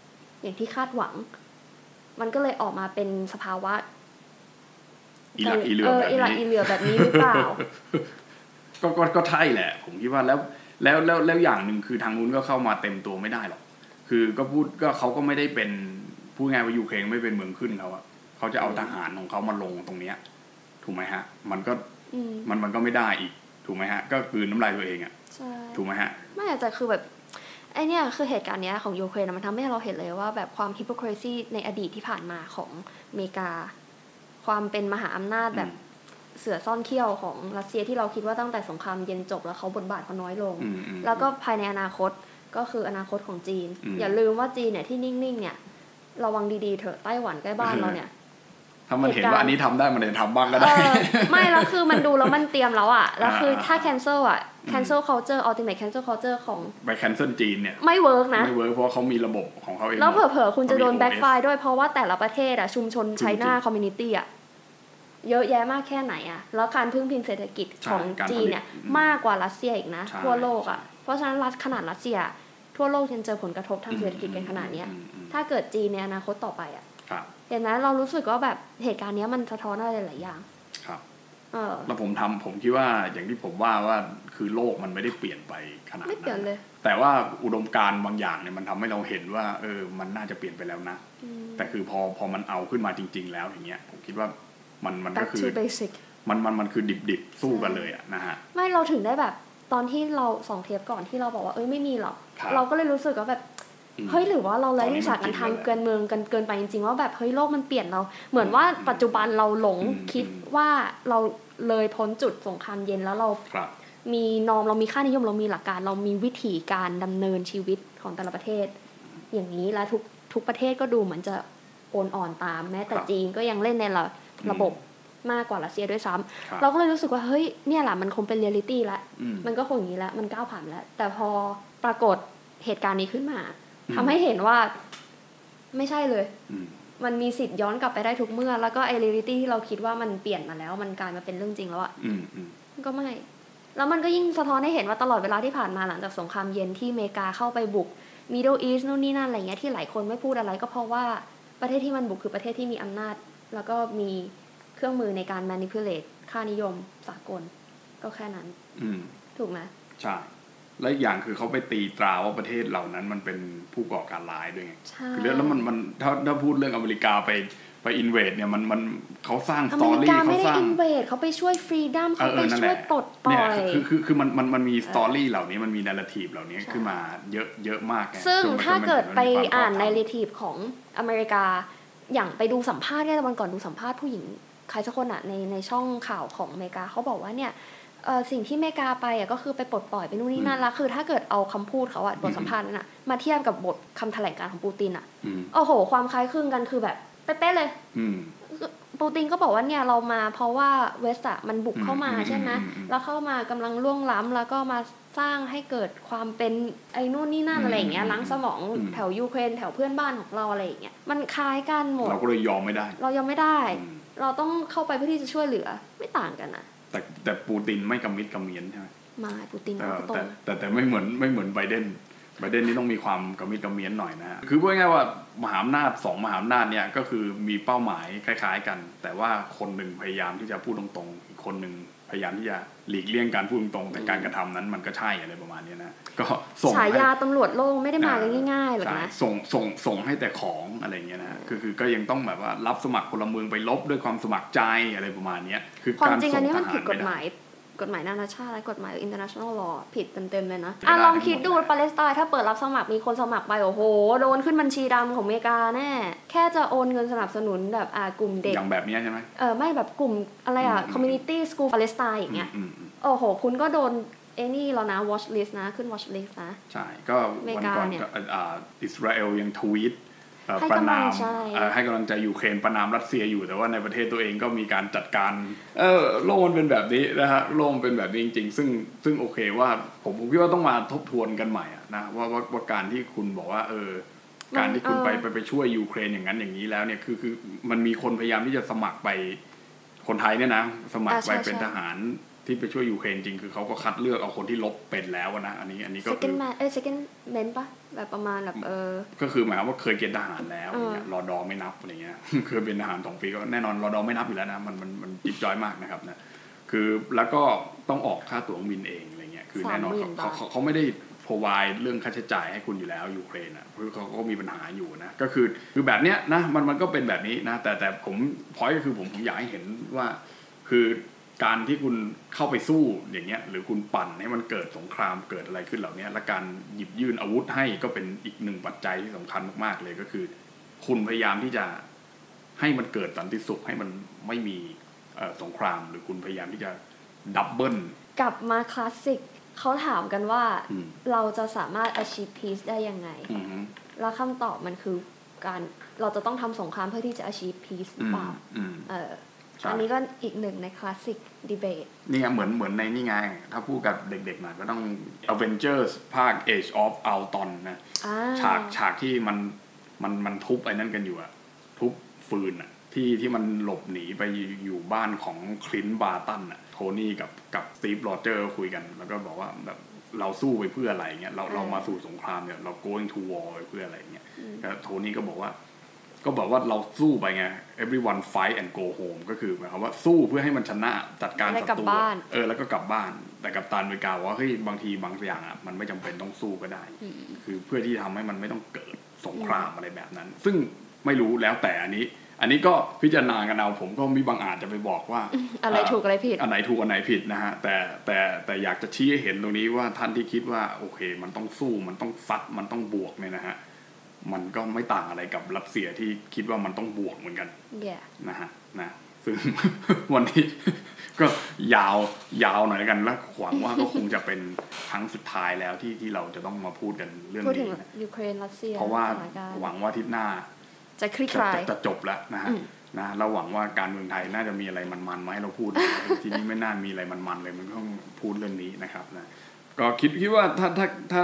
อย่างที่คาดหวังมันก็เลยออกมาเป็นสภาวะอีหลักอีเหลือแบบนี้หรือเปล่าก็ใช่แหละผมคิดว่าแล้วอย่างหนึ่งคือทางนู้นก็เข้ามาเต็มตัวไม่ได้หรอกคือก็เขาก็ไม่ได้เป็นพูดง่ายว่ายูเครนไม่เป็นเมืองขึ้นเขาจะเอาทหารของเขามาลงตรงเนี้ยถูกไหมฮะมันก็ไม่ได้อีกถูกไหมฮะก็คือน้ำลายตัวเองอ่ะถูกไหมฮะไม่อาจจะคือแบบไอเนี้ยคือเหตุการณ์เนี้ยของยูเครนมันทำให้เราเห็นเลยว่าแบบความฮิปโปครีซีในอดีตที่ผ่านมาของอเมริกาความเป็นมหาอำนาจแบบเสือซ่อนเขี้ยวของรัสเซียที่เราคิดว่าตั้งแต่สงครามเย็นจบแล้วเขาบทบาทเขาน้อยลงแล้วก็ภายในอนาคตก็คืออนาคตของจีนอย่าลืมว่าจีนเนี่ยที่นิ่งๆเนี่ยระวังดีๆเถอะไต้หวันใกล้บ้านเราเนี่ยถ้ามันเห็นว่าอันนี้ทำได้มันจะทำบ้างก็ได้ไม่แล้วคือมันดูแล้วมันเตรียมแล้วอ่ะแล้วคือถ้า cancel อ่ะ cancel culture ultimate cancel culture ของไป cancel จีนเนี่ยไม่เวิร์กนะไม่เวิร์กเพราะเขามีระบบของเขาเองแล้วเผลอๆคุณจะโดน backfire ด้วยเพราะว่าแต่ละประเทศอ่ะชุมชน China community อ่ะเยอะแยะมากแค่ไหนอ่ะแล้วการพึ่งพิงเศรษฐกิจของจีนเนี่ยมากกว่ารัสเซียอีกนะทั่วโลกอ่ะเพราะฉะนั้นขนาดรัสเซียทั่วโลกยังเจอผลกระทบทางเศรษฐกิจกันขนาดนี้ถ้าเกิดจีนในอนาคตต่อไปอ่ะเห็นไหมเรารู้สึกว่าแบบเหตุการณ์นี้มันสะท้อนอะไรหลายอย่างครับแล้วผมคิดว่าอย่างที่ผมว่าคือโลกมันไม่ได้เปลี่ยนไปขนาดนั้นไม่เปลี่ยนเลยแต่ว่าอุดมการณ์บางอย่างเนี่ยมันทำให้เราเห็นว่ามันน่าจะเปลี่ยนไปแล้วนะแต่คือพอมันเอาขึ้นมาจริงๆแล้วอย่างเงี้ยผมคิดว่ามันก็คือมันคือดิบสู้กันเลยอะนะฮะไม่เราถึงได้แบบตอนที่เรา2 เทปก่อนที่เราบอกว่าไม่มีหรอกเราก็เลยรู้สึกว่าแบบเฮ้ยหรือว่าเราไร้วิชาการทางการเมืองกันเกินไปจริงๆว่าแบบเฮ้ยโลกมันเปลี่ยนเราเหมือนว่าปัจจุบันเราหลงคิดว่าเราเลยพ้นจุดสงครามเย็นแล้วเรามีนอมเรามีค่านิยมเรามีหลักการเรามีวิธีการดำเนินชีวิตของแต่ละประเทศอย่างนี้แล้วทุกประเทศก็ดูเหมือนจะโอนอ่อนตามแม้แต่จีนก็ยังเล่นในระบบมากกว่ารัสเซียด้วยซ้ำเราก็เลยรู้สึกว่าเฮ้ยเนี่ยแหละมันคงเป็นเรียลลิตี้แล้วมันก็คงอย่างนี้แล้วมันก้าวผ่านแล้วแต่พอปรากฏเหตุการณ์นี้ขึ้นมาทำให้เห็นว่าไม่ใช่เลยมันมีสิทธิ์ย้อนกลับไปได้ทุกเมื่อแล้วก็ไอเรียลลิตี้ที่เราคิดว่ามันเปลี่ยนมาแล้วมันกลายมาเป็นเรื่องจริงแล้วอ่ะก็ไม่แล้วมันก็ยิ่งสะท้อนให้เห็นว่าตลอดเวลาที่ผ่านมาหลังจากสงครามเย็นที่อเมริกาเข้าไปบุก Middle East นู่นนี่นั่นอะไรเงี้ยที่หลายคนไม่พูดอะไรก็เพราะว่าประเทศที่มันบุกคือประเทศที่มีอำนาจแล้วก็มีเครื่องมือในการ manipulate ค่านิยมสากลก็แค่นั้นถูกไหมใช่และอย่างคือเขาไปตีตราว่าประเทศเหล่านั้นมันเป็นผู้ก่อการร้ายด้วยไงคือแล้วมันถ้าพูดเรื่องอเมริกาไปอินเวดเนี่ยมันเขาสร้างสตอรี่เขาสร้างอินเวดเขาไปช่วยฟรีดัมเขาไปช่วยปลดปล่อยคือมันมีสตอรี่เหล่านี้มันมีนาราทีฟเหล่านี้ขึ้นมาเยอะมากซึ่งถ้าเกิดไปอ่านนาราทีฟของอเมริกาอย่างไปดูสัมภาษณ์เนี่ยวันก่อนดูสัมภาษณ์ผู้หญิงใครสักคนอ่ะในช่องข่าวของอเมริกาเขาบอกว่าเนี่ยสิ่งที่อเมริกาไปอ่ะก็คือไปปลดปล่อยไปนู่นนี่นั่นแล้วคือถ้าเกิดเอาคำพูดเขาอ่ะบทสัมภาษณ์นั้นอ่ะมาเทียบกับบทคำแถลงการณ์ของปูตินอ่ะโอ้โหความคล้ายคลึงกันคือแบบเป๊ะๆเลยปูตินก็บอกว่าเนี่ยเรามาเพราะว่าเวสต์อ่ะมันบุกเข้ามาใช่ไหมแล้วเข้ามากำลังล่วงล้ำแล้วก็มาสร้างให้เกิดความเป็นไอ้นู่นนี่นั่นอะไรอย่างเงี้ยล้างสมองแถวยูเครนแถวเพื่อนบ้านของเราอะไรอย่างเงี้ยมันคล้ายกันหมดเราก็เลยยอมไม่ได้เรายอมไม่ได้เราต้องเข้าไปเพื่อที่จะช่วยเหลือไม่ต่างกันนะแต่ปูตินไม่กำมิดกำเมียนใช่ไหมไม่ปูตินก็ตรงแต่ไม่เหมือนไบเดนนี่ต้องมีความกำมิดกำเมียนหน่อยนะฮะคือพูดง่ายๆว่ามหาอำนาจ2มหาอำนาจเนี่ยก็คือมีเป้าหมายคล้ายๆกันแต่ว่าคนหนึ่งพยายามที่จะพูดตรงๆอีกคนหนึ่งพยายามที่จะหลีกเลี่ยงการพูดตรงๆแต่การกระทำนั้นมันก็ใช่อะไรประมาณนี้นะก็ส่งฉายาตำรวจโลกไม่ได้มากันง่ายๆหรอกนะส่งให้แต่ของอะไรเงี้ยนะคือก็ยังต้องแบบว่ารับสมัครพลเมืองไปลบด้วยความสมัครใจอะไรประมาณนี้คือการส่งทหารไม่ได้ความจริงอันนี้มันผิดกฎหมายนานาชาติและกฎหมาย international law ผิดเต็มๆเลยนะลองคิดดูปาเลสไตน์ถ้าเปิดรับสมัครมีคนสมัครไปโอ้โหโดนขึ้นบัญชีดำของอเมริกาแน่แค่จะโอนเงินสนับสนุนแบบกลุ่มเด็กอย่างแบบนี้ใช่ไหมไม่แบบกลุ่มอะไรcommunity school ปาเลสไตน์อย่างเงี้ยโอ้โหคุณก็โดนนี่แล้วนะ watch list นะขึ้น watch list นะใช่ก็วันก่อนอิสราเอลยังทวีตประนามให้กำลังใจยูเครนประนามรัสเซียอยู่แต่ว่าในประเทศตัวเองก็มีการจัดการโลกมันเป็นแบบนี้นะฮะโลกเป็นแบบนี้จริงๆซึ่งโอเคว่าผมคิดว่าต้องมาทบทวนกันใหม่นะว่าการที่คุณบอกว่าการที่คุณไปช่วยยูเครนอย่างนั้นอย่างนี้แล้วเนี่ยคือมันมีคนพยายามที่จะสมัครไปคนไทยเนี่ยนะสมัครไปเป็นทหารที่ไปช่วยยูเครนจริงคือเขาก็คัดเลือกเอาคนที่ลบเป็นแล้วนะอันนี้ก็คือ second man ป่ะแบบประมาณแบบก็คือหมายว่าเคยเกณฑ์ทหารแล้วเนี่ยรอดอไม่นับอะไรเงี้ยเคยเป็นทหาร2 ปีก็แน่นอนรอดอไม่นับอยู่แล้วนะมันจิ๊บจ้อยมากนะครับนะคือแล้วก็ต้องออกค่าตั๋วบินเองอะไรเงี้ยคือแน่นอนเขาไม่ได้provide เรื่องค่าใช้จ่ายให้คุณอยู่แล้วยูเครนอ่ะคือเขาก็มีปัญหาอยู่นะก็คือแบบเนี้ยนะมันก็เป็นแบบนี้นะแต่ผมพอยต์ก็คือผมอยากให้เห็นว่าคือการที่คุณเข้าไปสู้อย่างเงี้ยหรือคุณปั่นให้มันเกิดสงครามเกิดอะไรขึ้นเหล่านี้และการหยิบยื่นอาวุธให้ก็เป็นอีกหนึ่งปัจจัยที่สำคัญมากๆเลยก็คือคุณพยายามที่จะให้มันเกิดสันติสุขให้มันไม่มีสงครามหรือคุณพยายามที่จะดับเบิลกลับมาคลาสสิกเขาถามกันว่าเราจะสามารถ achieve peace ได้ยังไงแล้วคำตอบมันคือการเราจะต้องทำสงครามเพื่อที่จะ achieve peace หรือเปล่าอันนี้ก็อีกหนึ่งในคลาสสิกดีเบตนี่ไงเหมือนในนี่ไงถ้าพูดกับเด็กๆหน่อยก็ต้อง Avengers ภาค Age of Ultron นะฉากที่มันทุบไอ้นั่นกันอยู่อะทุบฟืนอะที่มันหลบหนีไปอยู่บ้านของคลินต์บาร์ตันอะโทนี่กับสตีฟโรเจอร์คุยกันแล้วก็บอกว่าแบบเราสู้ไปเพื่ออะไรเงี้ยเรามาสู่สงครามเนี่ยเรา going to war ไปเพื่ออะไรเงี้ยแล้วโทนี่ก็บอกว่าเราสู้ไปไง everyone fight and go home ก็คือหมายความว่าสู้เพื่อให้มันชนะจัดการศัตรูแล้วก็กลับบ้านแต่กัปตันอเมริกาว่าเฮ้ยบางทีบางอย่างอ่ะมันไม่จำเป็นต้องสู้ก็ได้คือเพื่อที่ทำให้มันไม่ต้องเกิดสงครามอะไรแบบนั้นซึ่งไม่รู้แล้วแต่อันนี้ก็พิจารณากันเอาผมก็มีบางอาจจะไปบอกว่าอะไรถูกอะไรผิดอันไหนถูกอันไหนผิดนะฮะแต่อยากจะชี้ให้เห็นตรงนี้ว่าท่านที่คิดว่าโอเคมันต้องสู้มันต้องซัดมันต้องบวกเนี่ยนะฮะมันก็ไม่ต่างอะไรกับรัสเซียที่คิดว่ามันต้องบวกเหมือนกัน นะฮะนะซึ่ง วันนี้ก็ยาวหน่อยกันแล้วหวังว่าก็คงจะเป็นครั้งสุดท้ายแล้วที่เราจะต้องมาพูดกันเรื่องนี้พูดถึงยูเครนรัสเซียเพราะว่าหวังว่าอาทิตย์หน้าจะคลี่คลายจะจบแล้วนะฮะนะเราหวังว่าการเมืองไทยน่าจะมีอะไรมันๆมาให้เราพูด ทีนี้ไม่น่ามีอะไรมันๆเลยมันต้องพูดเรื่องนี้นะครับนะก็คิดว่าถ้า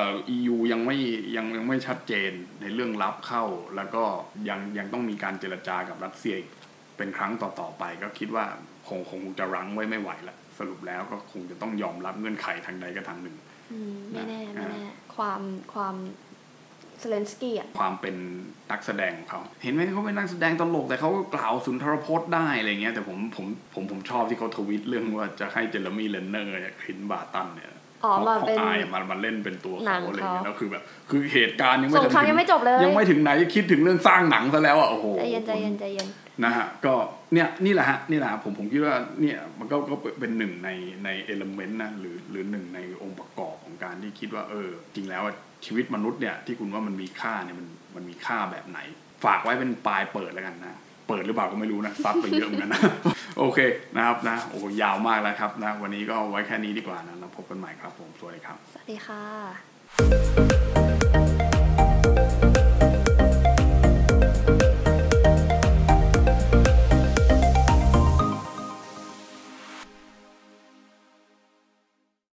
EU ยังไม่ชัดเจนในเรื่องรับเข้าแล้วก็ยังต้องมีการเจรจากับรัสเซียเป็นครั้งต่อไปก็คิดว่าคงจะรั้งไว้ไม่ไหวละสรุปแล้วก็คงจะต้องยอมรับเงื่อนไขทางใดก็ทางหนึ่งไม่แน่ความเซเลนสกี้ความเป็นนักแสดงของเขาเห็นไหมเขาเป็นนักแสดงตลกแต่เขาก็กล่าวสุนทรพจน์ได้อะไรเงี้ยแต่ผมชอบที่เขาทวีตเรื่องว่าจะให้เจเรมี่เลนเนอร์เนี่ยคลินต์บาร์ตันเนี่ยมาเล่นเป็นตัวเขาอะไรเงี้ยแล้วคือแบบคือเหตุการณ์ยังไม่จบเลยยังไม่ถึงไหนคิดถึงเรื่องสร้างหนังซะแล้วอ่ะโอ้โหใจเย็นนะฮะก็นี่แหละฮะผมคิดว่าเนี่ยมันก็เป็นหนึ่งในเอลิเมนต์นะหรือหนึ่งในองค์ประกอบของการที่คิดว่าจริงแล้วชีวิตมนุษย์เนี่ยที่คุณว่ามันมีค่าเนี่ยมันมีค่าแบบไหนฝากไว้เป็นปลายเปิดแล้วกันนะเปิดหรือเปล่าก็ไม่รู้นะซัดไปเยอะเหมือนกันนะโอเคนะครับนะโอ้ยาวมากแล้วครับนะวันนี้ก็ไว้แค่นี้ดีกว่านะแล้วพบกันใหม่ครับผมสวัสดีครับสวัสดีค่ะ